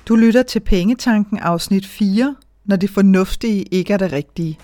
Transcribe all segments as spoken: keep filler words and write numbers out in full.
Du lytter til Pengetanken afsnit fire, når det fornuftige ikke er det rigtige.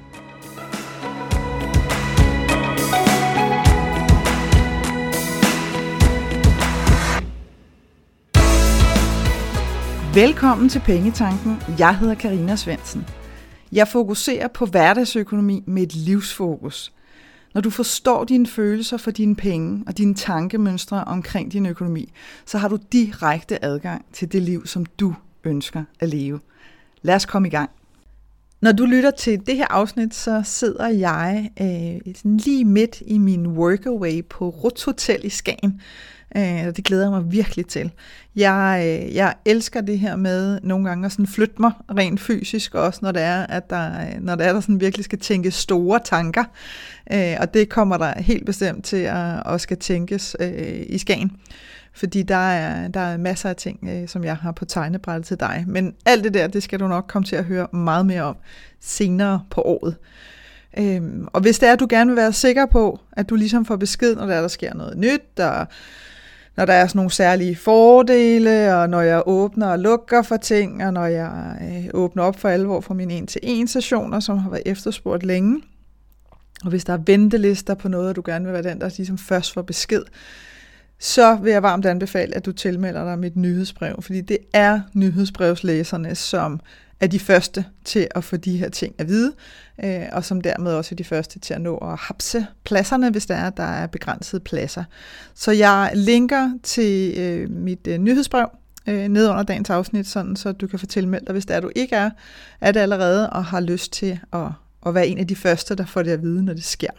Velkommen til Pengetanken. Jeg hedder Karina Svendsen. Jeg fokuserer på hverdagsøkonomi med et livsfokus. Når du forstår dine følelser for dine penge og dine tankemønstre omkring din økonomi, så har du direkte adgang til det liv, som du ønsker at leve. Lad os komme i gang. Når du lytter til det her afsnit, så sidder jeg øh, lige midt i min workaway på Ruths Hotel i Skagen. Øh, og det glæder jeg mig virkelig til. Jeg, øh, jeg elsker det her med nogle gange at sådan flytte mig rent fysisk, også når det er, at der, når det er, der sådan virkelig skal tænkes store tanker. Øh, og det kommer der helt bestemt til at, at skal tænkes øh, i Skagen. Fordi der er, der er masser af ting, øh, som jeg har på tegnebrættet til dig. Men alt det der, det skal du nok komme til at høre meget mere om senere på året. Øhm, og hvis det er, at du gerne vil være sikker på, at du ligesom får besked, når der, der sker noget nyt, og når der er sådan nogle særlige fordele, og når jeg åbner og lukker for ting, og når jeg øh, åbner op for alvor for mine en-til-en sessioner, som har været efterspurgt længe. Og hvis der er ventelister på noget, og du gerne vil være den, der ligesom først får besked, så vil jeg varmt anbefale, at du tilmelder dig mit nyhedsbrev, fordi det er nyhedsbrevslæserne, som er de første til at få de her ting at vide, øh, og som dermed også er de første til at nå at hapse pladserne, hvis der er, der er begrænsede pladser. Så jeg linker til øh, mit øh, nyhedsbrev øh, ned under dagens afsnit, sådan, så du kan få tilmeldt dig, hvis der er, du ikke er, er det allerede, og har lyst til at, at være en af de første, der får det at vide, når det sker.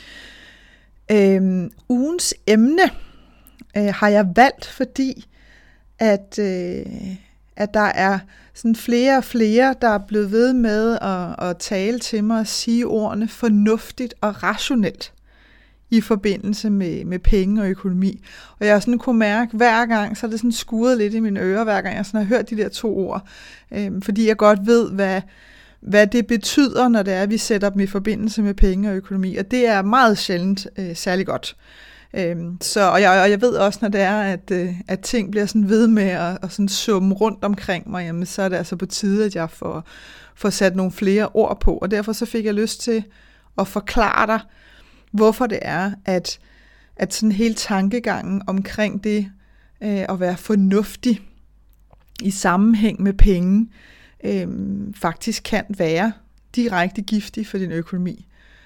Øh, ugens emne øh, har jeg valgt, fordi at... Øh, at der er sådan flere og flere, der er blevet ved med at, at tale til mig og sige ordene fornuftigt og rationelt i forbindelse med, med penge og økonomi. Og jeg har sådan kunne mærke, hver gang, så er det sådan skuret lidt i mine ører, hver gang jeg sådan har hørt de der to ord. Øhm, fordi jeg godt ved, hvad, hvad det betyder, når det er, at vi sætter dem i forbindelse med penge og økonomi. Og det er meget sjældent øh, særlig godt. Øhm, så, og, jeg, og jeg ved også, når det er, at, øh, at ting bliver sådan ved med at, at sådan summe rundt omkring mig, jamen, så er det altså på tide, at jeg får, får sat nogle flere ord på. Og derfor så fik jeg lyst til at forklare dig, hvorfor det er, at, at sådan hele tankegangen omkring det øh, at være fornuftig i sammenhæng med penge, øh, faktisk kan være direkte giftig for din økonomi.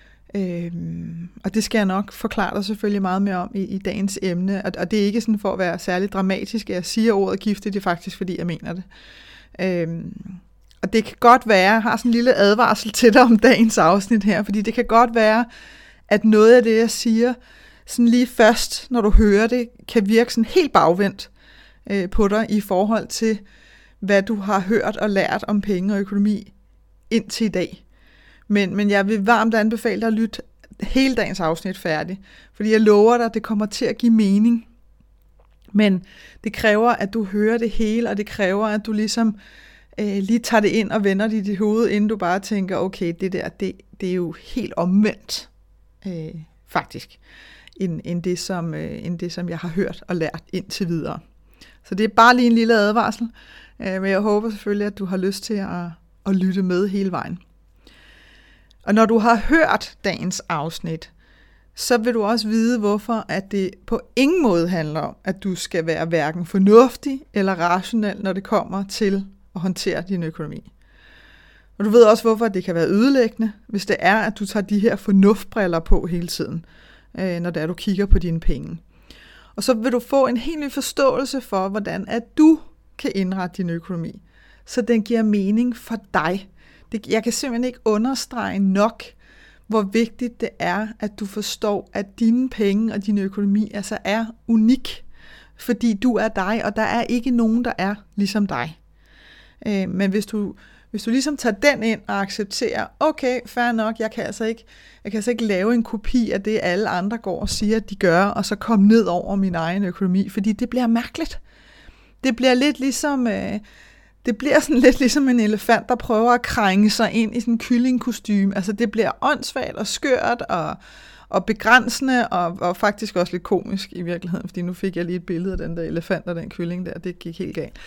Øhm, og det skal jeg nok forklare dig selvfølgelig meget mere om i, i dagens emne, og, og det er ikke sådan for at være særlig dramatisk, at jeg siger ordet giftigt, det er faktisk fordi jeg mener det. Øhm, og det kan godt være, jeg har sådan en lille advarsel til dig om dagens afsnit her, fordi det kan godt være, at noget af det jeg siger, sådan lige først, når du hører det, kan virke sådan helt bagvendt øh, på dig i forhold til, hvad du har hørt og lært om penge og økonomi indtil i dag. Men, men jeg vil varmt anbefale dig at lytte hele dagens afsnit færdig, fordi jeg lover dig, at det kommer til at give mening. Men det kræver, at du hører det hele, og det kræver, at du ligesom øh, lige tager det ind og vender det i dit hoved, inden du bare tænker, okay, det der, det, det er jo helt omvendt, øh, faktisk, end, end, det, som, øh, end det, som jeg har hørt og lært indtil videre. Så det er bare lige en lille advarsel, øh, men jeg håber selvfølgelig, at du har lyst til at, at lytte med hele vejen. Og når du har hørt dagens afsnit, så vil du også vide, hvorfor at det på ingen måde handler om, at du skal være hverken fornuftig eller rationel, når det kommer til at håndtere din økonomi. Og du ved også, hvorfor det kan være ødelæggende, hvis det er, at du tager de her fornuftbriller på hele tiden, når det er, du kigger på dine penge. Og så vil du få en helt ny forståelse for, hvordan at du kan indrette din økonomi, så den giver mening for dig. Det, jeg kan simpelthen ikke understrege nok, hvor vigtigt det er, at du forstår, at dine penge og din økonomi altså er unik, fordi du er dig, og der er ikke nogen, der er ligesom dig. Øh, men hvis du, hvis du ligesom tager den ind og accepterer, okay, fair nok, jeg kan, altså ikke, jeg kan altså ikke lave en kopi af det, alle andre går og siger, at de gør, og så komme ned over min egen økonomi, fordi det bliver mærkeligt. Det bliver lidt ligesom... Øh, Det bliver sådan lidt ligesom en elefant, der prøver at krænge sig ind i sådan en kyllingkostyme. Altså det bliver åndssvagt og skørt og, og begrænsende og, og faktisk også lidt komisk i virkeligheden, fordi nu fik jeg lige et billede af den der elefant og den kylling der, det gik helt galt.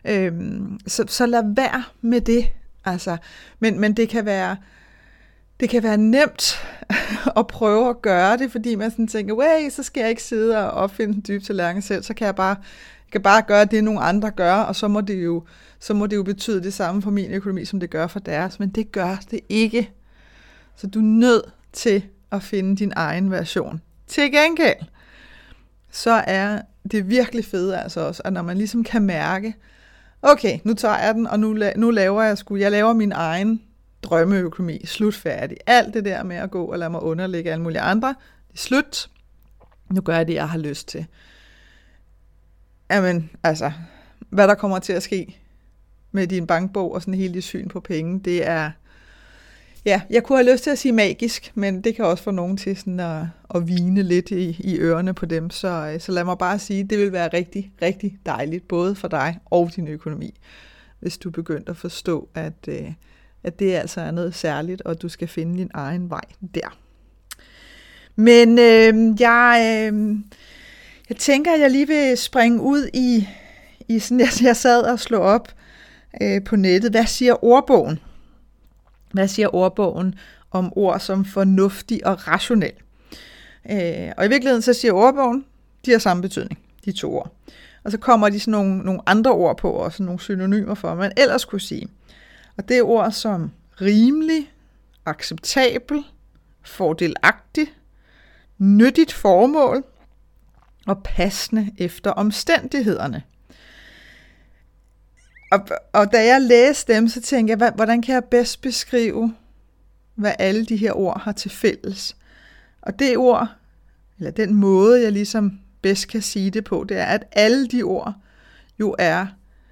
Øhm, så, så lad være med det. Altså, men, men det kan være det kan være nemt at prøve at gøre det, fordi man sådan tænker, way, så skal jeg ikke sidde og opfinde den dybe tallerken selv, så kan jeg bare, jeg kan bare gøre det, nogle andre gør, og så må det jo, så må det jo betyde det samme for min økonomi, som det gør for deres, men det gør det ikke. Så du er nødt til at finde din egen version. Til gengæld, så er det virkelig fede altså også, at når man ligesom kan mærke, okay, nu tager jeg den, og nu, nu laver jeg sgu, jeg laver min egen drømmeøkonomi, slutfærdig. Alt det der med at gå og lade mig underlægge alle mulige andre, det er slut. Nu gør jeg det, jeg har lyst til. Jamen, altså, hvad der kommer til at ske med din bankbog og sådan hele dit syn på penge, det er, ja, jeg kunne have lyst til at sige magisk, men det kan også få nogen til sådan at, at hvine lidt i, i ørerne på dem, så, så lad mig bare sige, det vil være rigtig, rigtig dejligt, både for dig og din økonomi, hvis du begynder at forstå, at at det altså er noget særligt, og du skal finde din egen vej der. Men øh, jeg, øh, jeg tænker, at jeg lige vil springe ud i, i sådan, at jeg sad og slog op øh, på nettet. Hvad siger ordbogen? Hvad siger ordbogen om ord som fornuftig og rationel? Øh, og i virkeligheden så siger ordbogen, de har samme betydning, de to ord. Og så kommer de sådan nogle, nogle andre ord på, og sådan nogle synonymer for, hvad man ellers kunne sige. Og det er ord som rimelig, acceptabel, fordelagtig, nyttigt formål og passende efter omstændighederne. Og, og da jeg læste dem, så tænkte jeg, hvordan kan jeg bedst beskrive, hvad alle de her ord har til fælles? Og det ord, eller den måde, jeg ligesom bedst kan sige det på, det er, at alle de ord jo er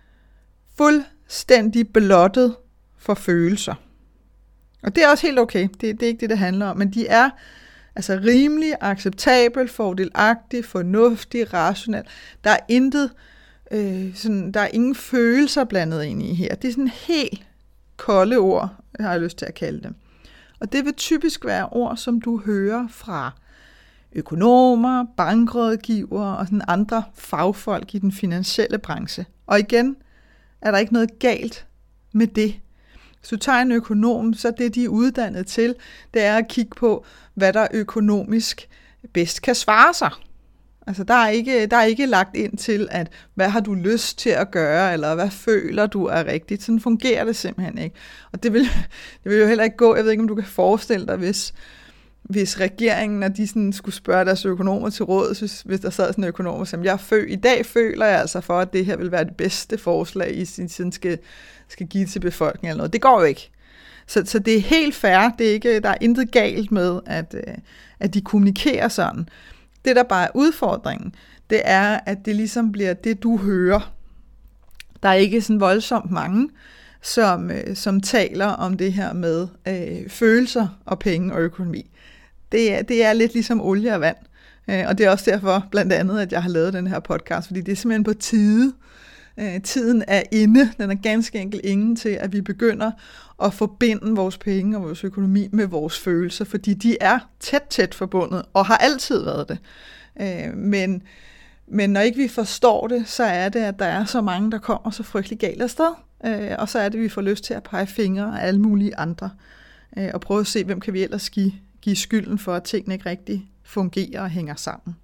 fuldstændig blottet for følelser. Og det er også helt okay. Det, det er ikke det, det handler om. Men de er altså rimelig, acceptabel, fordelagtig, fornuftig, rationel. Der er intet, øh, sådan, der er ingen følelser blandet ind i her. Det er sådan helt kolde ord, har jeg lyst til at kalde dem. Og det vil typisk være ord, som du hører fra økonomer, bankrådgivere og sådan andre fagfolk i den finansielle branche. Og igen er der ikke noget galt med det. Hvis du tager en økonom, så det, de er uddannet til, det er at kigge på, hvad der økonomisk bedst kan svare sig. Altså, der er ikke, der er ikke lagt ind til, at hvad har du lyst til at gøre, eller hvad føler du er rigtigt. Sådan fungerer det simpelthen ikke. Og det vil, det vil jo heller ikke gå. Jeg ved ikke, om du kan forestille dig, hvis, hvis regeringen, når de sådan skulle spørge deres økonomer til råd, hvis, hvis der sad sådan en økonom og sagde, jeg fø, i dag føler jeg altså for, at det her vil være det bedste forslag, I sådan skal, skal give til befolkningen eller noget. Det går jo ikke. Så, så det er helt fair. Det er ikke, der er intet galt med, at, at de kommunikerer sådan. Det, der bare er udfordringen, det er, at det ligesom bliver det, du hører. Der er ikke sådan voldsomt mange, som, som taler om det her med øh, følelser og penge og økonomi. Det er, det er lidt ligesom olie og vand. Øh, og det er også derfor, blandt andet, at jeg har lavet den her podcast, fordi det er simpelthen på tide. Øh, tiden er inde. Den er ganske enkelt inde til, at vi begynder at forbinde vores penge og vores økonomi med vores følelser, fordi de er tæt, tæt forbundet, og har altid været det. Øh, men, men når ikke vi forstår det, så er det, at der er så mange, der kommer så frygtelig galt afsted, øh, og så er det, at vi får lyst til at pege fingre af alle mulige andre, øh, og prøve at se, hvem kan vi ellers give, give skylden for, at tingene ikke rigtig fungerer og hænger sammen.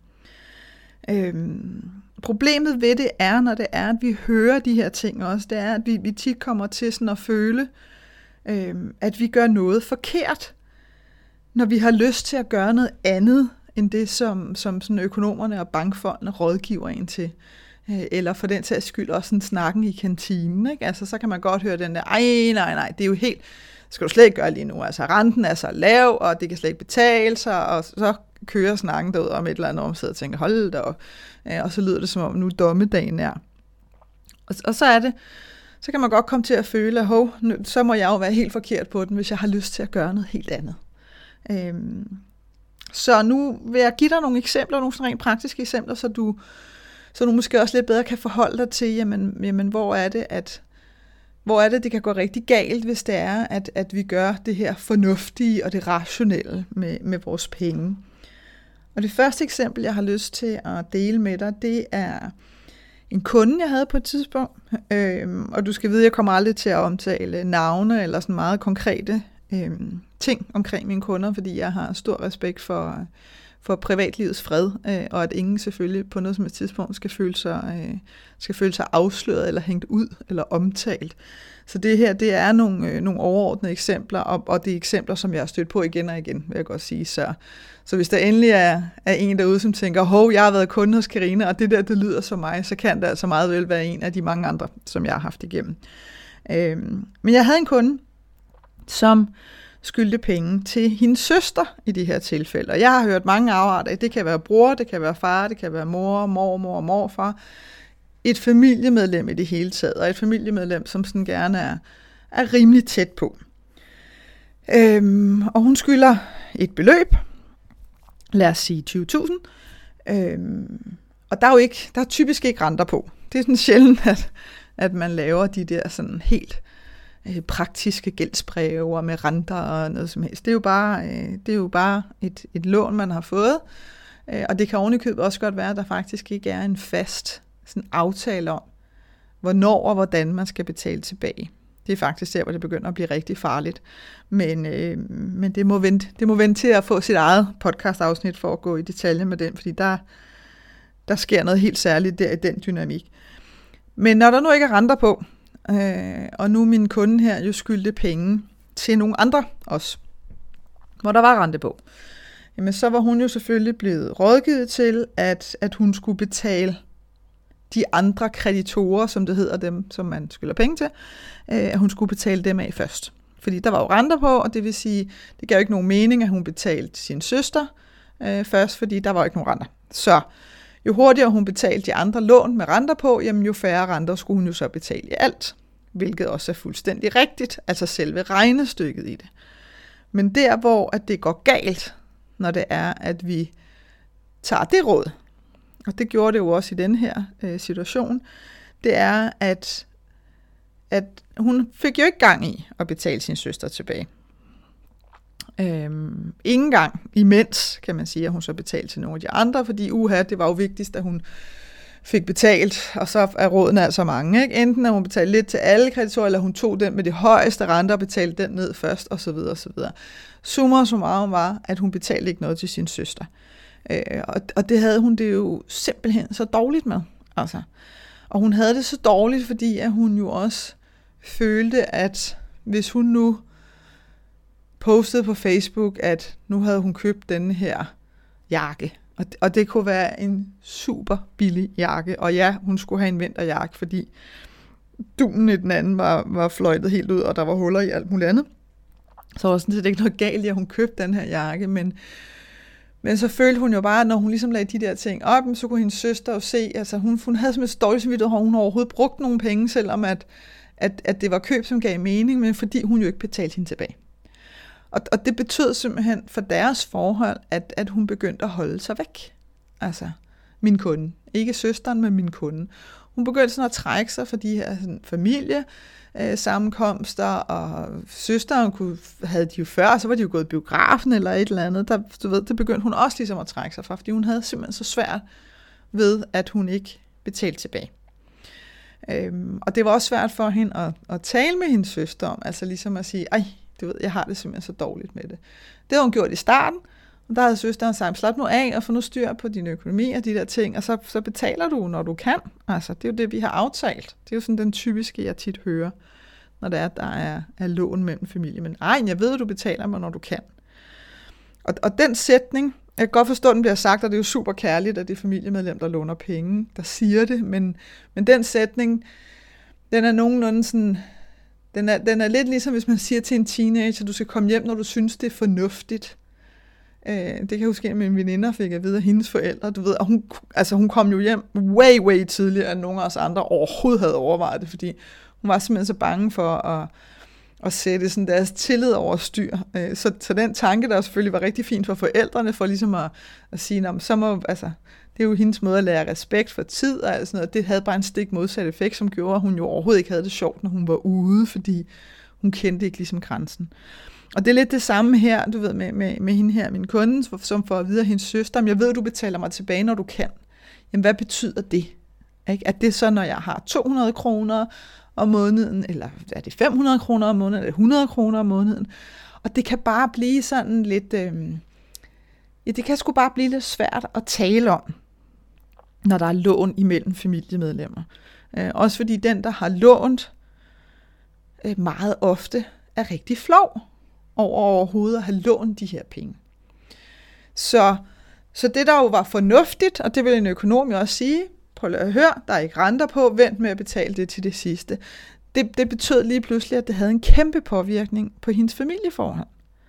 Øhm, problemet ved det er, når det er, at vi hører de her ting også, det er, at vi, vi tit kommer til sådan at føle, øhm, at vi gør noget forkert, når vi har lyst til at gøre noget andet, end det, som, som sådan økonomerne og bankfondene rådgiver en til. Øh, eller for den sags skyld også sådan snakken i kantinen. Ikke? Altså, så kan man godt høre den der, ej, nej, nej, det er jo helt, det skal du slet ikke gøre lige nu. Altså, renten er så lav, og det kan slet ikke betale sig, og så kører snakken derud om et eller andet, og man sidder og tænker, hold da op. Øh, og så lyder det som om, nu dommedagen er. Og, og så er det, så kan man godt komme til at føle, at hov, nu, så må jeg jo være helt forkert på den, hvis jeg har lyst til at gøre noget helt andet. Øhm, så nu vil jeg give dig nogle eksempler, nogle sådan rent praktiske eksempler, så du, så du måske også lidt bedre kan forholde dig til, jamen, jamen hvor er det, at hvor er det, det kan gå rigtig galt, hvis det er, at, at vi gør det her fornuftige og det rationelle med, med vores penge. Og det første eksempel, jeg har lyst til at dele med dig, det er en kunde, jeg havde på et tidspunkt, øhm, og du skal vide, at jeg kommer aldrig til at omtale navne eller sådan meget konkrete øhm, ting omkring mine kunder, fordi jeg har stor respekt for, for privatlivets fred, øh, og at ingen selvfølgelig på noget som et tidspunkt skal føle sig, øh, skal føle sig afsløret eller hængt ud eller omtalt. Så det her, det er nogle, øh, nogle overordnede eksempler, og, og det er eksempler, som jeg har stødt på igen og igen, vil jeg godt sige. Så, så hvis der endelig er, er en derude, som tænker, hov, jeg har været kunde hos Karina, og det der, det lyder som mig, så kan det altså meget vel være en af de mange andre, som jeg har haft igennem. Øhm, men jeg havde en kunde, som skyldte penge til hendes søster i de her tilfælde. Og jeg har hørt mange afarter. Det kan være bror, det kan være far, det kan være mor, mormor og morfar. Et familiemedlem i det hele taget, og et familiemedlem, som sådan gerne er, er rimelig tæt på. Øhm, og hun skylder et beløb, lad os sige tyve tusind, øhm, og der er jo ikke, der er typisk ikke renter på. Det er sådan sjældent, at, at man laver de der sådan helt øh, praktiske gældsbreve med renter og noget som helst. Det er jo bare, øh, det er jo bare et, et lån, man har fået, øh, og det kan ovenikøbet også godt være, at der faktisk ikke er en fast sådan aftale om, hvornår og hvordan man skal betale tilbage. Det er faktisk der, hvor det begynder at blive rigtig farligt. Men, øh, men det, må vente, det må vente til at få sit eget podcast-afsnit for at gå i detalje med den, fordi der, der sker noget helt særligt der i den dynamik. Men når der nu ikke er renter på, øh, og nu min kunde her jo skyldte penge til nogle andre også, hvor der var rente på, jamen så var hun jo selvfølgelig blevet rådgivet til, at, at hun skulle betale de andre kreditorer, som det hedder dem, som man skylder penge til, at hun skulle betale dem af først. Fordi der var jo renter på, og det vil sige, det gav jo ikke nogen mening, at hun betalte sin søster øh, først, fordi der var jo ikke nogen renter. Så jo hurtigere hun betalte de andre lån med renter på, jamen jo færre renter skulle hun jo så betale i alt, hvilket også er fuldstændig rigtigt, altså selve regnestykket i det. Men der, hvor at det går galt, når det er, at vi tager det råd, og det gjorde det jo også i den her øh, situation, det er, at, at hun fik jo ikke gang i at betale sin søster tilbage. Øhm, ingen gang imens, kan man sige, at hun så betalte til nogle af de andre, fordi uha, det var jo vigtigst, at hun fik betalt, og så er rådene altså mange, ikke? Enten at hun betalte lidt til alle kreditorer, eller hun tog den med de højeste renter og betalte den ned først, og så videre, og så videre. Summa summarum var, at hun betalte ikke noget til sin søster. Øh, og, og det havde hun det jo simpelthen så dårligt med. Altså. Og hun havde det så dårligt, fordi at hun jo også følte, at hvis hun nu postede på Facebook, at nu havde hun købt denne her jakke, og, og det kunne være en super billig jakke, og ja, hun skulle have en vinterjakke, fordi dunen i den anden var, var fløjtet helt ud, og der var huller i alt muligt andet. Så var sådan set ikke noget galt i, at hun købte den her jakke, men Men så følte hun jo bare, at når hun ligesom lagde de der ting op, så kunne hendes søster jo se, altså hun, hun havde simpelthen dårligt samvittighed, og hun overhovedet brugt nogle penge, selvom at, at, at det var køb, som gav mening, men fordi hun jo ikke betalte hende tilbage. Og, og det betød simpelthen for deres forhold, at, at hun begyndte at holde sig væk. Altså min kunde. Ikke søsteren, men min kunde. Hun begyndte sådan at trække sig for de her sådan, familie, Øh, sammenkomster, og søsteren kunne, havde de jo før, så var de jo gået i biografen eller et eller andet, der, du ved, det begyndte hun også ligesom at trække sig fra, fordi hun havde simpelthen så svært ved, at hun ikke betalte tilbage. Øhm, og det var også svært for hende at, at tale med hendes søster om, altså ligesom at sige, ej, du ved, jeg har det simpelthen så dårligt med det. Det havde hun gjort i starten, og der havde søsteren sagt, slap nu af og få nu styr på din økonomi og de der ting, og så, så betaler du, når du kan. Altså, det er jo det, vi har aftalt. Det er jo sådan den typiske, jeg tit hører, når der er, der er, er lån mellem familie. Men ej, jeg ved, at du betaler mig, når du kan. Og, og den sætning, jeg kan godt forstå, at den bliver sagt, og det er jo super kærligt, at det er familiemedlem, der låner penge, der siger det, men, men den sætning, den er nogenlunde sådan, den er, den er lidt ligesom, hvis man siger til en teenager, du skal komme hjem, når du synes, det er fornuftigt. Det kan jeg huske, at mine veninder fik at vide af hendes forældre, du ved, og hun, altså hun kom jo hjem way, way tidligere, end nogen af os andre overhovedet havde overvejet det, fordi hun var simpelthen så bange for at, at sætte sådan deres tillid over styr. Så, så den tanke, der selvfølgelig var rigtig fint for forældrene, for ligesom at, at sige, så må, altså, det er jo hendes måde at lære respekt for tid og sådan noget, det havde bare en stik modsat effekt, som gjorde, at hun jo overhovedet ikke havde det sjovt, når hun var ude, fordi hun kendte ikke ligesom grænsen. Og det er lidt det samme her, du ved, med, med, med hende her, min kunde, som får at vide af hendes søster, jeg ved, du betaler mig tilbage, når du kan. Jamen, hvad betyder det? Ikke? At det så, når jeg har to hundrede kroner om måneden, eller er det fem hundrede kroner om måneden, eller hundrede kroner om måneden. Og det kan bare blive sådan lidt, øh, ja, det kan sgu bare blive lidt svært at tale om, når der er lån imellem familiemedlemmer. Øh, også fordi den, der har lånt, øh, meget ofte er rigtig flov over overhovedet at have lånt de her penge. Så, så det, der jo var fornuftigt, og det vil en økonom jo også sige, prøv at høre, der er ikke renter på, vent med at betale det til det sidste. Det, det betød lige pludselig, at det havde en kæmpe påvirkning på hendes familieforhold.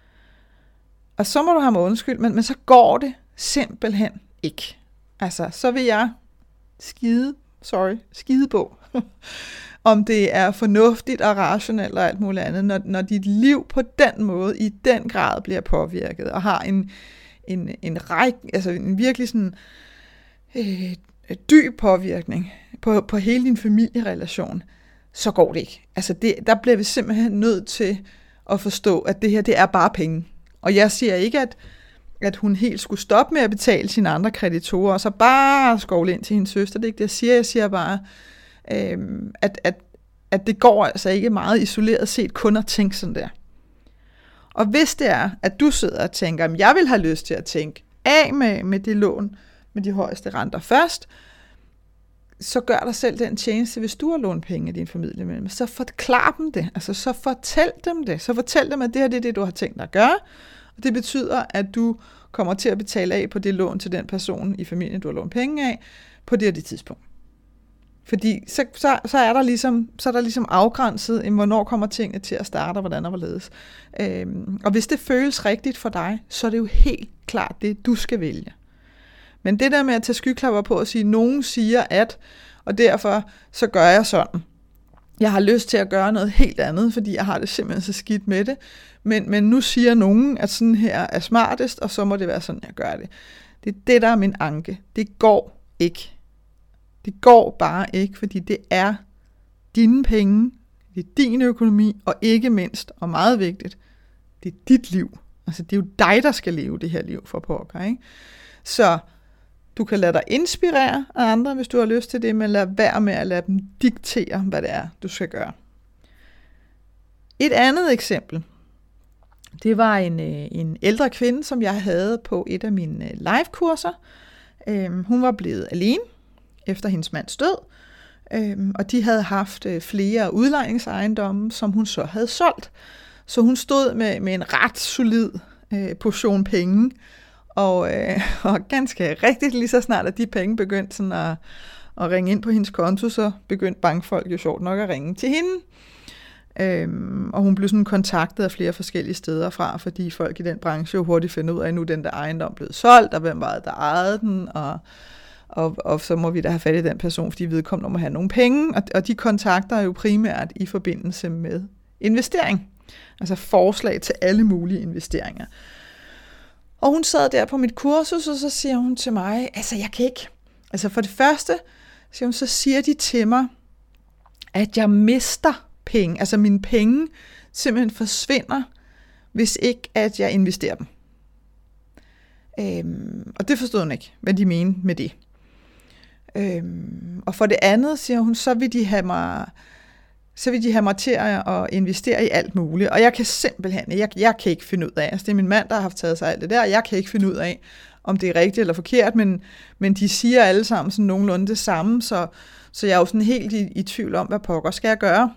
Og så må du have mig undskyld, men, men så går det simpelthen ikke. Altså, så vil jeg skide, sorry, skide på, om det er fornuftigt og rationelt og alt muligt andet, når, når dit liv på den måde i den grad bliver påvirket, og har en, en, en række, altså en virkelig sådan øh, dyb påvirkning på, på hele din familierelation, så går det ikke. Altså det, der bliver vi simpelthen nødt til at forstå, at det her, det er bare penge. Og jeg siger ikke, at, at hun helt skulle stoppe med at betale sine andre kreditorer, og så bare skovle ind til hendes søster. Det er ikke det, jeg siger. Jeg siger bare, øhm, at, at, at det går altså ikke meget isoleret set kun at tænke sådan der. Og hvis det er, at du sidder og tænker, at jeg vil have lyst til at tænke af med, med det lån, med de højeste renter først, så gør dig selv den tjeneste, hvis du har lånt penge af din familie med dem. Så forklar dem det. Altså, så fortæl dem det. Så fortæl dem, at det her det er det, du har tænkt dig at gøre. Og det betyder, at du kommer til at betale af på det lån til den person i familien, du har lånt penge af, på det her det tidspunkt. Fordi så, så, så, er der ligesom, så er der ligesom afgrænset, hvornår kommer tingene til at starte, og hvordan og hvorledes. Øhm, og hvis det føles rigtigt for dig, så er det jo helt klart det, du skal vælge. Men det der med at tage skyklapper på og sige, nogen siger at, og derfor så gør jeg sådan. Jeg har lyst til at gøre noget helt andet, fordi jeg har det simpelthen så skidt med det. Men, men nu siger nogen, at sådan her er smartest, og så må det være sådan, jeg gør det. Det er det, der er min anke. Det går ikke. Det går bare ikke, fordi det er dine penge, det er din økonomi, og ikke mindst, og meget vigtigt, det er dit liv. Altså det er jo dig, der skal leve det her liv for pokker, ikke? Så du kan lade dig inspirere af andre, hvis du har lyst til det, men lad være med at lade dem diktere, hvad det er, du skal gøre. Et andet eksempel, det var en, en ældre kvinde, som jeg havde på et af mine live-kurser. Øhm, hun var blevet alene efter hendes mands død, øhm, og de havde haft flere udlejningsejendomme, som hun så havde solgt. Så hun stod med, med en ret solid øh, portion penge, Og, øh, og ganske rigtigt, lige så snart at de penge begyndte sådan at, at ringe ind på hendes konto, så begyndte bankfolk jo sjovt nok at ringe til hende. Øhm, og hun blev sådan kontaktet af flere forskellige steder fra, fordi folk i den branche jo hurtigt finder ud af, at nu den der ejendom blevet solgt, og hvem var det, der ejede den, og, og, og så må vi da have fat i den person, fordi vedkommende må have nogle penge, og, og de kontakter er jo primært i forbindelse med investering, altså forslag til alle mulige investeringer. Og hun sad der på mit kursus, og så siger hun til mig, altså jeg kan ikke, altså for det første, siger hun, så siger de til mig, at jeg mister penge, altså mine penge simpelthen forsvinder, hvis ikke at jeg investerer dem. Øhm, og det forstod hun ikke, hvad de mente med det. Øhm, og for det andet, siger hun, så vil de have mig... så vil de have mig til at investere i alt muligt. Og jeg kan simpelthen, jeg, jeg kan ikke finde ud af, altså det er min mand, der har haft taget sig alt det der, og jeg kan ikke finde ud af, om det er rigtigt eller forkert, men, men de siger alle sammen sådan nogenlunde det samme, så, så jeg er jo sådan helt i, i tvivl om, hvad pokker skal jeg gøre.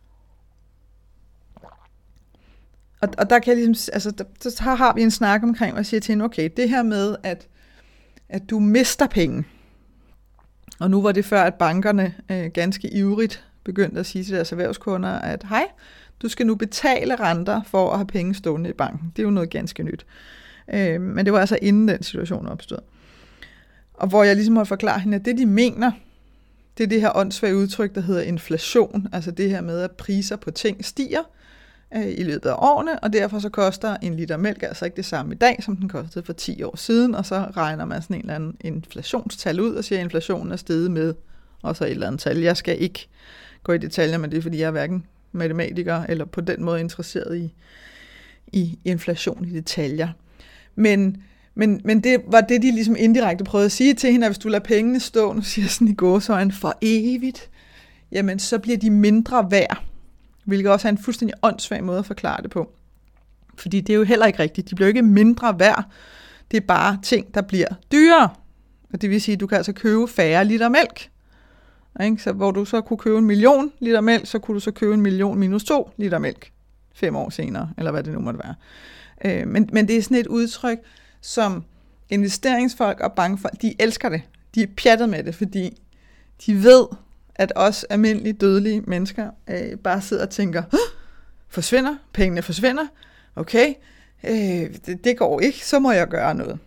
Og, og der kan jeg ligesom, altså der, så har vi en snak omkring, og jeg siger til hende, okay, det her med, at, at du mister penge, og nu var det før, at bankerne øh, ganske ivrigt begyndte at sige til deres erhvervskunder, at hej, du skal nu betale renter for at have penge stående i banken. Det er jo noget ganske nyt. Øh, men det var altså inden den situation opstod. Og hvor jeg ligesom måtte forklare hende, at det de mener, det er det her åndssvage udtryk, der hedder inflation. Altså det her med, at priser på ting stiger øh, i løbet af årene, og derfor så koster en liter mælk altså ikke det samme i dag, som den kostede for ti år siden, og så regner man sådan en eller anden inflationstal ud, og siger, at inflationen er steget med, og så et eller andet tal. Jeg skal ikke gå i detaljer med det, fordi jeg er hverken matematiker eller på den måde interesseret i, i inflation i detaljer. Men, Men, men det var det, de ligesom indirekte prøvede at sige til hende, at hvis du lader pengene stå, nu siger jeg sådan i gåseøjne, for evigt, jamen så bliver de mindre værd, hvilket også er en fuldstændig åndssvag måde at forklare det på. Fordi det er jo heller ikke rigtigt. De bliver jo ikke mindre værd. Det er bare ting, der bliver dyrere. Og det vil sige, at du kan altså købe færre liter mælk. Ikke? Så hvor du så kunne købe en million liter mælk, så kunne du så købe en million minus to liter mælk fem år senere, eller hvad det nu måtte være. Øh, men, men det er sådan et udtryk, som investeringsfolk og bankfolk, de elsker det. De er pjattet med det, fordi de ved, at os almindelige dødelige mennesker øh, bare sidder og tænker, forsvinder, pengene forsvinder, okay, øh, det, det går ikke, så må jeg gøre noget.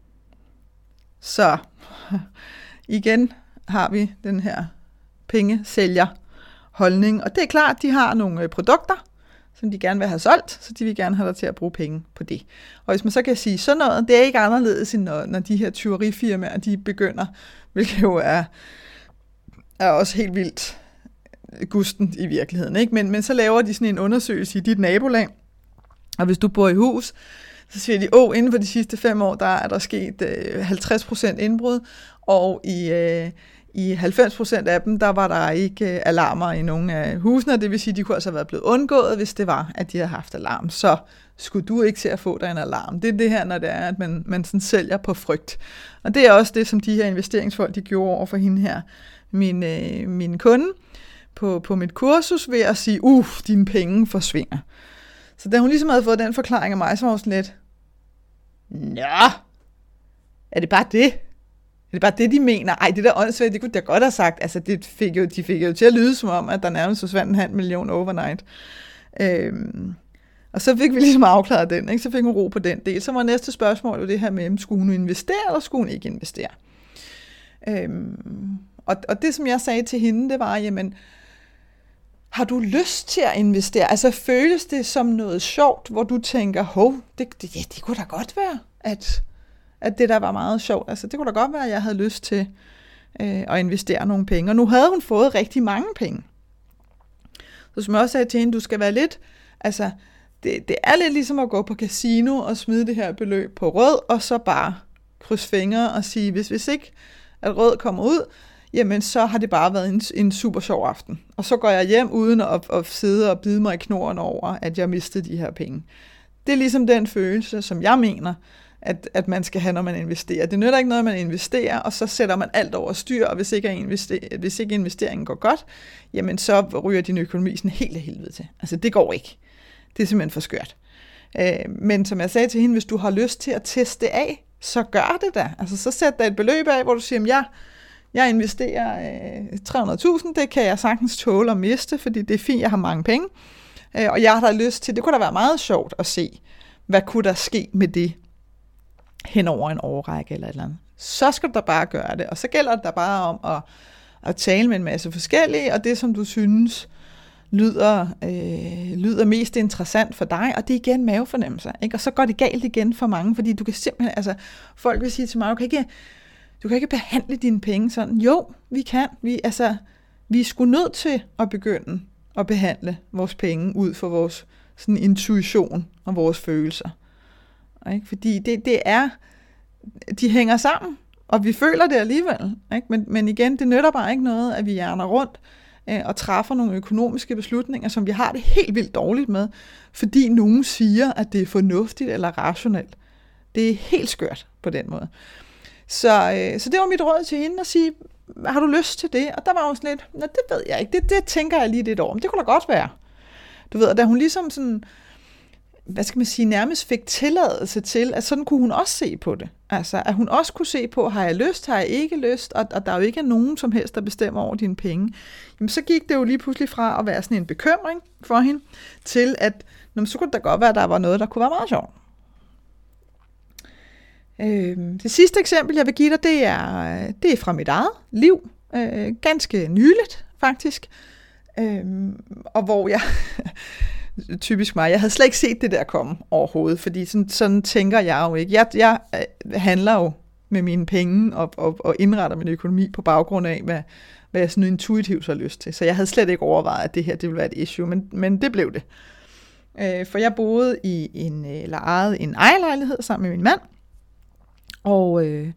Så igen har vi den her pengesælger-holdning, og det er klart, at de har nogle produkter, som de gerne vil have solgt, så de vil gerne have dig til at bruge penge på det. Og hvis man så kan sige sådan noget, det er ikke anderledes, end når, når de her tyverifirmaer, de begynder, hvilket jo er, er også helt vildt gusten i virkeligheden, ikke? Men, men så laver de sådan en undersøgelse i dit nabolag, og hvis du bor i hus, så siger de, åh, inden for de sidste fem år, der er der sket øh, halvtreds procent indbrud, og i, øh, i halvfems procent af dem, der var der ikke øh, alarmer i nogle af husene, det vil sige, de kunne altså have været blevet undgået, hvis det var, at de havde haft alarm. Så skulle du ikke til at få dig en alarm. Det er det her, når det er, at man, man sådan sælger på frygt. Og det er også det, som de her investeringsfolk, de gjorde over for hende her, min, øh, min kunde, på, på mit kursus, ved at sige, uh, dine penge forsvinder. Så da hun ligesom havde fået den forklaring af mig, så var hun sådan lidt, nå, er det bare det? Er det bare det, de mener? Ej, det der åndssvagt, det kunne jeg godt have sagt. Altså, det fik jo, de fik jo til at lyde som om, at der nærmest forsvandt en halv million overnight. Øhm, og så fik vi ligesom afklaret den, ikke? Så fik hun ro på den del. Så var næste spørgsmål jo det her med, skulle hun investere, eller skulle hun ikke investere? Øhm, og, og det, som jeg sagde til hende, det var, jamen, har du lyst til at investere? Altså, føles det som noget sjovt, hvor du tænker, hov, det, det, ja, det kunne da godt være, at, at det der var meget sjovt. Altså, det kunne da godt være, at jeg havde lyst til øh, at investere nogle penge. Og nu havde hun fået rigtig mange penge. Så som jeg også sagde til hende, du skal være lidt, altså, det, det er lidt ligesom at gå på casino og smide det her beløb på rød, og så bare krydse fingre og sige, hvis, hvis ikke at rød kommer ud, jamen så har det bare været en, en super sjov aften. Og så går jeg hjem uden at, at sidde og bide mig i knoren over, at jeg mistede de her penge. Det er ligesom den følelse, som jeg mener, at, at man skal have, når man investerer. Det nytter ikke noget, man investerer, og så sætter man alt over styr, og hvis ikke, invester- hvis ikke investeringen går godt, jamen så ryger din økonomi sådan helt af helvede til. Altså det går ikke. Det er simpelthen for skørt. Øh, men som jeg sagde til hende, hvis du har lyst til at teste af, så gør det da. Altså så sæt dig et beløb af, hvor du siger, jeg, jeg investerer øh, tre hundrede tusind, det kan jeg sagtens tåle at miste, fordi det er fint, jeg har mange penge. Øh, og jeg har da lyst til, det kunne da være meget sjovt at se, hvad kunne der ske med det hen over en årrække eller et eller andet. Så skal du da bare gøre det, og så gælder det da bare om at, at tale med en masse forskellige, og det som du synes lyder, øh, lyder mest interessant for dig, og det er igen mavefornemmelser, ikke? Og så går det galt igen for mange, fordi du kan simpelthen, altså folk vil sige til mig, du kan ikke, du kan ikke behandle dine penge sådan. Jo, vi kan. Vi, altså, vi er sgu nødt til at begynde at behandle vores penge ud fra vores sådan intuition og vores følelser. Ikke? Fordi det, det er, de hænger sammen, og vi føler det alligevel. Ikke? Men, men igen, det nytter bare ikke noget, at vi hjerner rundt øh, og træffer nogle økonomiske beslutninger, som vi har det helt vildt dårligt med, fordi nogen siger, at det er fornuftigt eller rationelt. Det er helt skørt på den måde. Så, øh, så det var mit råd til hende at sige, har du lyst til det? Og der var hun sådan lidt, nej, det ved jeg ikke, det, det tænker jeg lige lidt over, men det kunne da godt være. Du ved, da hun ligesom sådan, hvad skal man sige, nærmest fik tilladelse til, at sådan kunne hun også se på det. Altså, at hun også kunne se på, har jeg lyst, har jeg ikke lyst, og, og der er jo ikke nogen som helst, der bestemmer over dine penge. Jamen, så gik det jo lige pludselig fra at være sådan en bekymring for hende, til at, jamen, så kunne det da godt være, at der var noget, der kunne være meget sjovt. Øh, det sidste eksempel, jeg vil give dig, det er, det er fra mit eget liv. Øh, ganske nyligt, faktisk. Øh, og hvor jeg... typisk mig. Jeg havde slet ikke set det der komme overhovedet, fordi sådan, sådan tænker jeg jo ikke. Jeg, jeg handler jo med mine penge og, og, og indretter min økonomi på baggrund af, hvad, hvad jeg sådan intuitivt har lyst til. Så jeg havde slet ikke overvejet, at det her det ville være et issue, men, men det blev det. Øh, for jeg boede i en, eller ejede en ejerlejlighed sammen med min mand, Og, øh,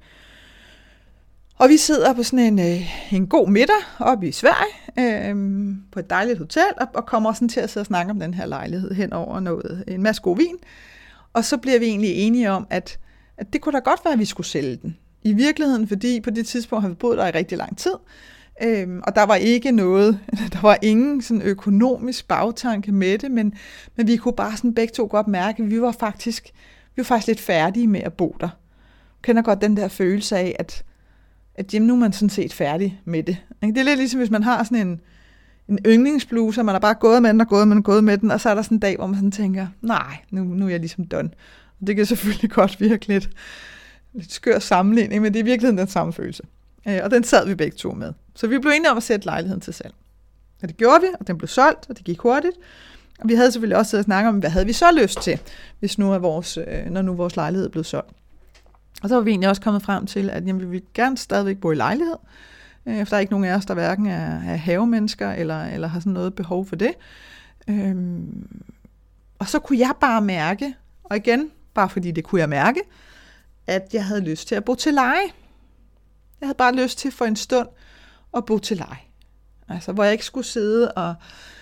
og vi sidder på sådan en, øh, en god middag oppe i Sverige, øh, på et dejligt hotel, og, og kommer sådan til at sidde og snakke om den her lejlighed hen over noget, en masse god vin. Og så bliver vi egentlig enige om, at, at det kunne da godt være, at vi skulle sælge den. I virkeligheden, fordi på det tidspunkt har vi boet der i rigtig lang tid, øhm, og der var ikke noget, der var ingen sådan økonomisk bagtanke med det, men, men vi kunne bare sådan begge to godt mærke, at vi var faktisk, vi var faktisk lidt færdige med at bo der. Jeg kender godt den der følelse af, at, at jamen, nu er man sådan set færdig med det. Det er lidt ligesom, hvis man har sådan en, en yndlingsbluse, og man har bare gået med den og gået med den og gået med den, og så er der sådan en dag, hvor man sådan tænker, nej, nu, nu er jeg ligesom done. Og det kan selvfølgelig godt virke lidt, lidt skør sammenligning, men det er i virkeligheden den samme følelse. Og den sad vi begge to med. Så vi blev enige om at sætte lejligheden til salg. Og det gjorde vi, og den blev solgt, og det gik hurtigt. Og vi havde selvfølgelig også siddet og snakket om, hvad havde vi så lyst til, hvis nu er vores, når nu vores lejlighed blev solgt. Og så var vi egentlig også kommet frem til, at jamen, vi ville gerne stadigvæk bo i lejlighed. For der er ikke nogen af os, der hverken er, er havemennesker, eller, eller har sådan noget behov for det. Øhm, og så kunne jeg bare mærke, og igen, bare fordi det kunne jeg mærke, at jeg havde lyst til at bo til leje. Jeg havde bare lyst til for en stund at bo til leje. Altså, hvor jeg ikke skulle sidde og,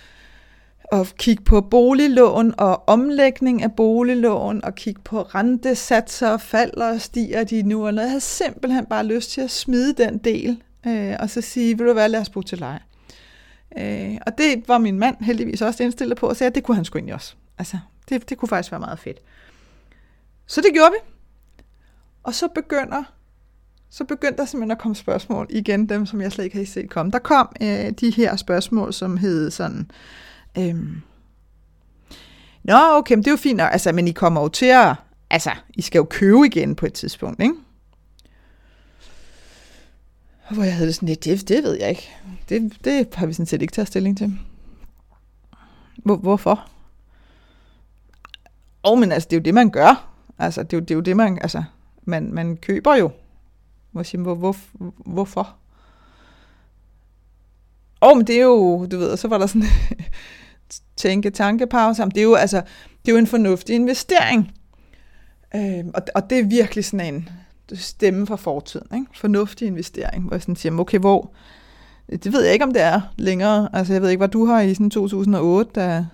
og kigge på boliglån og omlægning af boliglån, og kigge på rentesatser, falder og stiger de nu, og noget. Jeg havde simpelthen bare lyst til at smide den del, øh, og så sige, vil du hvad, lad os bo til leje. Øh, og det var min mand heldigvis også indstillet på, og sagde, at det kunne han sgu egentlig også. Altså, det, det kunne faktisk være meget fedt. Så det gjorde vi. Og så begynder, så begyndte der simpelthen at komme spørgsmål igen, dem som jeg slet ikke havde set komme. Der kom øh, de her spørgsmål, som hed sådan, øhm, nå okay, men det er jo fint nok, altså, men I kommer jo til at, altså, I skal jo købe igen på et tidspunkt, ikke? Og hvor jeg havde det sådan, det, det, det ved jeg ikke. Det, det har vi sådan set ikke taget stilling til. Hvor, hvorfor? Åh, oh, men altså, det er jo det, man gør. Altså, det er jo det, er jo det man, altså, man, man køber jo. Hvor siger man, hvor, hvor, hvorfor? Åh, oh, men det er jo, du ved, og så var der sådan tænke, tankepause. Det er jo, altså, det er jo en fornuftig investering. Øh, og, og det er virkelig sådan en stemme fra fortiden, ikke? Fornuftig investering, hvor jeg sådan siger, okay, hvor, det ved jeg ikke, om det er længere. Altså, jeg ved ikke, hvad du har i sådan to tusind og otte, da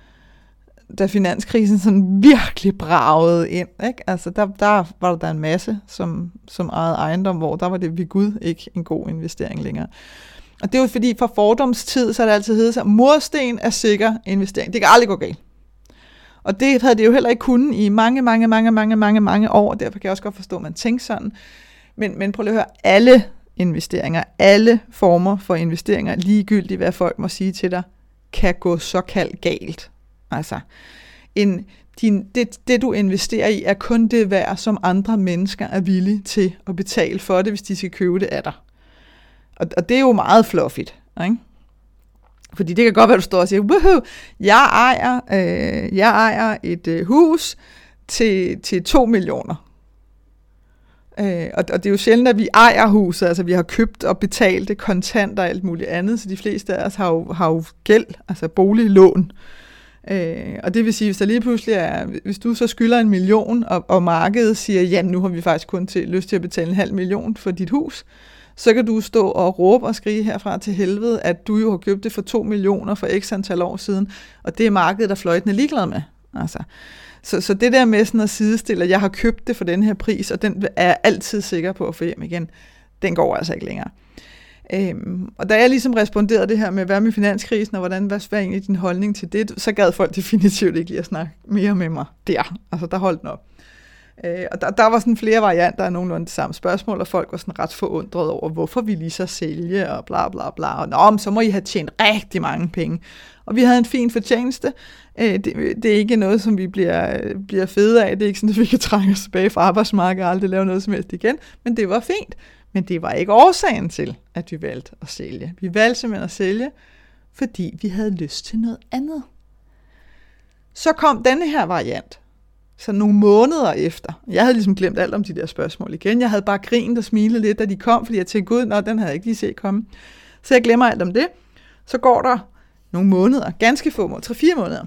da finanskrisen sådan virkelig bragede ind, ikke? Altså der, der var der en masse, som, som ejede ejendom, hvor der var det ved Gud ikke en god investering længere. Og det er jo fordi, fra fordomstid, så er det altid heddet sig, mursten er sikker investering. Det kan aldrig gå galt. Og det havde det jo heller ikke kunnet i mange, mange, mange, mange, mange, mange år, og derfor kan jeg også godt forstå, at man tænker sådan. Men, men prøv lige at høre, alle investeringer, alle former for investeringer, ligegyldigt hvad folk må sige til dig, kan gå såkaldt galt. Altså, en, din, det, det du investerer i, er kun det værd, som andre mennesker er villige til at betale for det, hvis de skal købe det af dig. Og, og det er jo meget fluffigt, ikke? Fordi det kan godt være, at du står og siger, woohoo, jeg ejer, øh, jeg ejer et øh, hus til, til to millioner. Øh, og, og det er jo sjældent, at vi ejer huset, altså vi har købt og betalt det kontant og alt muligt andet, så de fleste af os har jo, har jo gæld, altså boliglån. Øh, og det vil sige, hvis der lige pludselig er, hvis du så skylder en million, og, og markedet siger, jamen nu har vi faktisk kun til, lyst til at betale en halv million for dit hus, så kan du stå og råbe og skrige herfra til helvede, at du jo har købt det for to millioner for x antal år siden, og det er markedet, der fløjtende ligeglad med. Altså. Så, så det der med sådan at sidestille, at jeg har købt det for den her pris, og den er jeg altid sikker på at få hjem igen, den går altså ikke længere. Øhm, og da jeg ligesom responderede det her med, hvad med finanskrisen, og hvordan, hvad er egentlig din holdning til det, så gad folk definitivt ikke lige at snakke mere med mig der. Altså, der holdt den op. Øh, og der, der var sådan flere varianter af nogenlunde det samme spørgsmål, og folk var sådan ret forundret over, hvorfor vi lige så sælge, og bla bla bla. Og nå, men så må I have tjent rigtig mange penge. Og vi havde en fin fortjeneste. Øh, det, det er ikke noget, som vi bliver, bliver fede af. Det er ikke sådan, at vi kan trække os tilbage fra arbejdsmarkedet og aldrig lave noget som helst igen. Men det var fint. Men det var ikke årsagen til, at vi valgte at sælge. Vi valgte simpelthen at sælge, fordi vi havde lyst til noget andet. Så kom denne her variant, så nogle måneder efter. Jeg havde ligesom glemt alt om de der spørgsmål igen. Jeg havde bare grinet og smilet lidt, da de kom, fordi jeg tænkte, gud, nå, den havde jeg ikke lige set komme. Så jeg glemmer alt om det. Så går der nogle måneder, ganske få måneder, tre-fire måneder.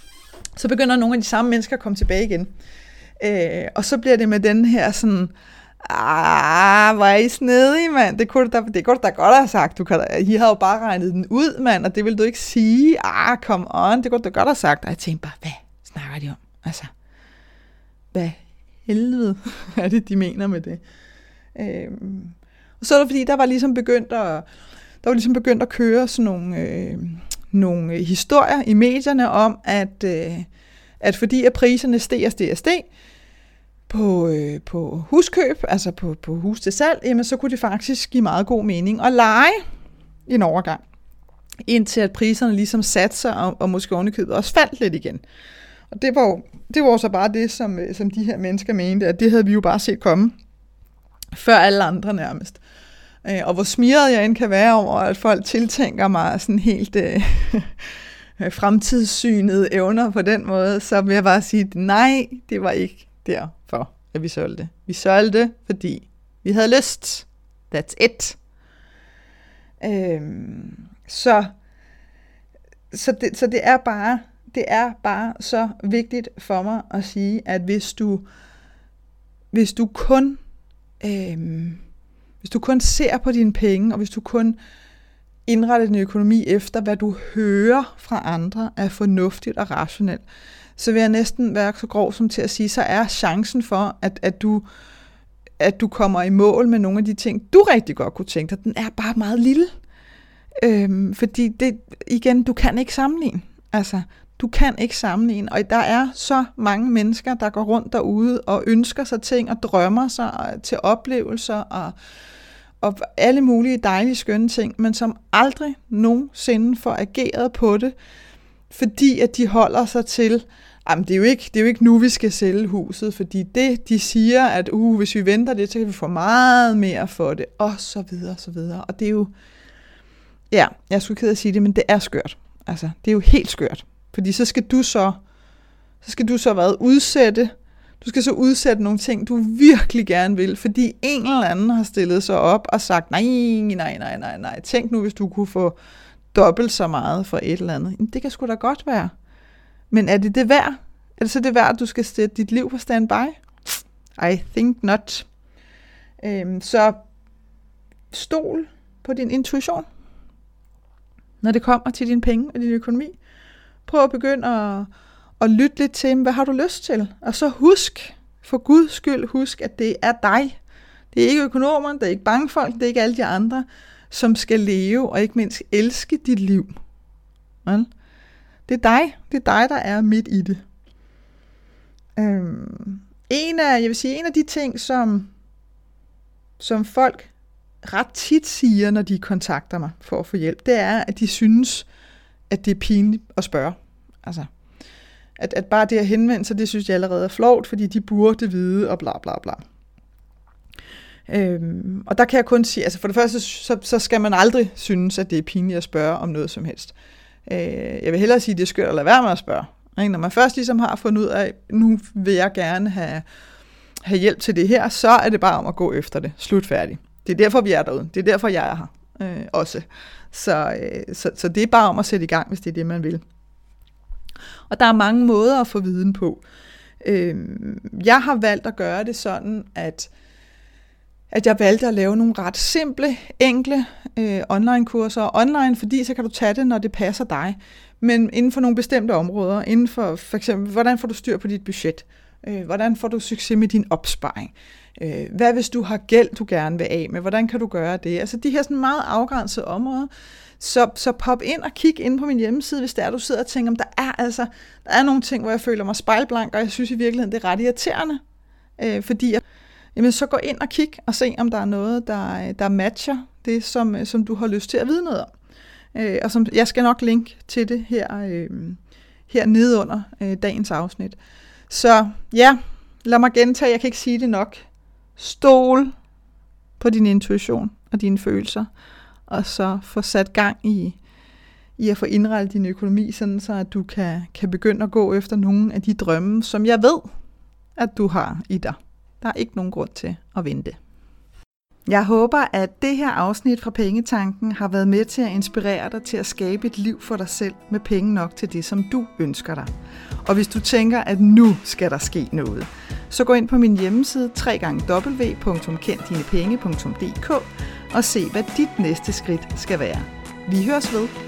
Så begynder nogle af de samme mennesker at komme tilbage igen. Øh, og så bliver det med den her sådan, ah, hvor er I snedige, mand. Det kunne, du da, det kunne du da godt have sagt. Du kan, I havde jo bare regnet den ud, mand, og det vil du ikke sige. Ah, come on, det kunne du da godt have sagt. Og jeg tænkte bare, hvad snakker de om? Altså, hvad helvede er det, de mener med det? Øhm, og så er det fordi, der var ligesom begyndt at, der var ligesom begyndt at køre sådan nogle, øh, nogle historier i medierne om, at, øh, at fordi at priserne steg og steg og steg på, øh, på huskøb, altså på, på hus til salg, jamen så kunne det faktisk give meget god mening at leje en overgang, indtil at priserne ligesom satte sig, og, og måske ovenikøbet også faldt lidt igen. Og det var jo det var så bare det, som, som de her mennesker mente, at det havde vi jo bare set komme, før alle andre nærmest. Og hvor smiret jeg end kan være over, at folk tiltænker mig sådan helt øh, fremtidssynede evner på den måde, så vil jeg bare sige, nej, det var ikke derfor, at vi solgte. Vi solgte, fordi vi havde lyst. That's it. Øhm, så, så, det, så det er bare det er bare så vigtigt for mig at sige, at hvis du hvis du kun øhm, hvis du kun ser på dine penge, og hvis du kun indretter din økonomi efter, hvad du hører fra andre er fornuftigt og rationelt, så vil jeg næsten være så grov som til at sige, så er chancen for, at, at, du, at du kommer i mål med nogle af de ting, du rigtig godt kunne tænke dig, den er bare meget lille. Øhm, fordi det, igen, du kan ikke sammenligne. Altså, du kan ikke sammenligne, og der er så mange mennesker, der går rundt derude og ønsker sig ting og drømmer sig til oplevelser og, og alle mulige dejlige, skønne ting, men som aldrig nogensinde får ageret på det, fordi at de holder sig til, jamen det er jo ikke, det er jo ikke nu, vi skal sælge huset, fordi det, de siger, at uh, hvis vi venter det, så kan vi få meget mere for det, og så videre, og så videre. Og det er jo, ja, jeg skulle ked at sige det, men det er skørt. Altså, det er jo helt skørt. Fordi så skal du så, så skal du så hvad, udsætte, du skal så udsætte nogle ting, du virkelig gerne vil, fordi en eller anden har stillet sig op og sagt, nej, nej, nej, nej, nej, tænk nu, hvis du kunne få dobbelt så meget for et eller andet. Det kan sgu da godt være. Men er det det værd? Er det så det værd, at du skal sætte dit liv på standby? I think not. Øhm, så stol på din intuition, når det kommer til dine penge og din økonomi. Prøv at begynde at, at lytte lidt til, hvad har du lyst til? Og så husk, for Guds skyld, husk, at det er dig. Det er ikke økonomerne, det er ikke bankfolk, det er ikke alle de andre, som skal leve og ikke mindst elske dit liv. Ja? Det er dig, det er dig, der er midt i det. Øhm, en af, jeg vil sige, en af de ting, som, som folk ret tit siger, når de kontakter mig for at få hjælp, det er, at de synes, at det er pinligt at spørge. Altså, at, at bare det at henvende sig, det synes jeg allerede er flovt, fordi de burde vide, og bla bla bla. Øhm, og der kan jeg kun sige, altså for det første, så, så skal man aldrig synes, at det er pinligt at spørge om noget som helst. Øh, jeg vil hellere sige, at det er skørt at lade være med at spørge. Ikke? Når man først ligesom har fundet ud af, nu vil jeg gerne have, have hjælp til det her, så er det bare om at gå efter det. Slut færdig. Det er derfor, vi er derude. Det er derfor, jeg er her øh, også. Så, øh, så, så det er bare om at sætte i gang, hvis det er det, man vil. Og der er mange måder at få viden på. Øh, jeg har valgt at gøre det sådan, at at jeg valgte at lave nogle ret simple, enkle øh, online-kurser online, fordi så kan du tage det, når det passer dig. Men inden for nogle bestemte områder, inden for for eksempel, hvordan får du styr på dit budget? Øh, hvordan får du succes med din opsparing? Øh, hvad hvis du har gæld, du gerne vil af med? Hvordan kan du gøre det? Altså de her sådan meget afgrænsede områder. Så, så pop ind og kig ind på min hjemmeside, hvis det er, du sidder og tænker, om der er altså der er nogle ting, hvor jeg føler mig spejlblank, og jeg synes i virkeligheden, det er ret irriterende. Øh, fordi jeg Jamen, så gå ind og kig og se, om der er noget, der, der matcher det, som, som du har lyst til at vide noget om. Øh, og som, jeg skal nok linke til det her, øh, her nede under øh, dagens afsnit. Så ja, lad mig gentage, jeg kan ikke sige det nok. Stol på din intuition og dine følelser, og så få sat gang i, i at få indrettet din økonomi, sådan så at du kan, kan begynde at gå efter nogle af de drømme, som jeg ved, at du har i dig. Der er ikke nogen grund til at vente. Jeg håber, at det her afsnit fra Pengetanken har været med til at inspirere dig til at skabe et liv for dig selv med penge nok til det, som du ønsker dig. Og hvis du tænker, at nu skal der ske noget, så gå ind på min hjemmeside w w w punktum kend dine penge punktum d k og se, hvad dit næste skridt skal være. Vi høres ved.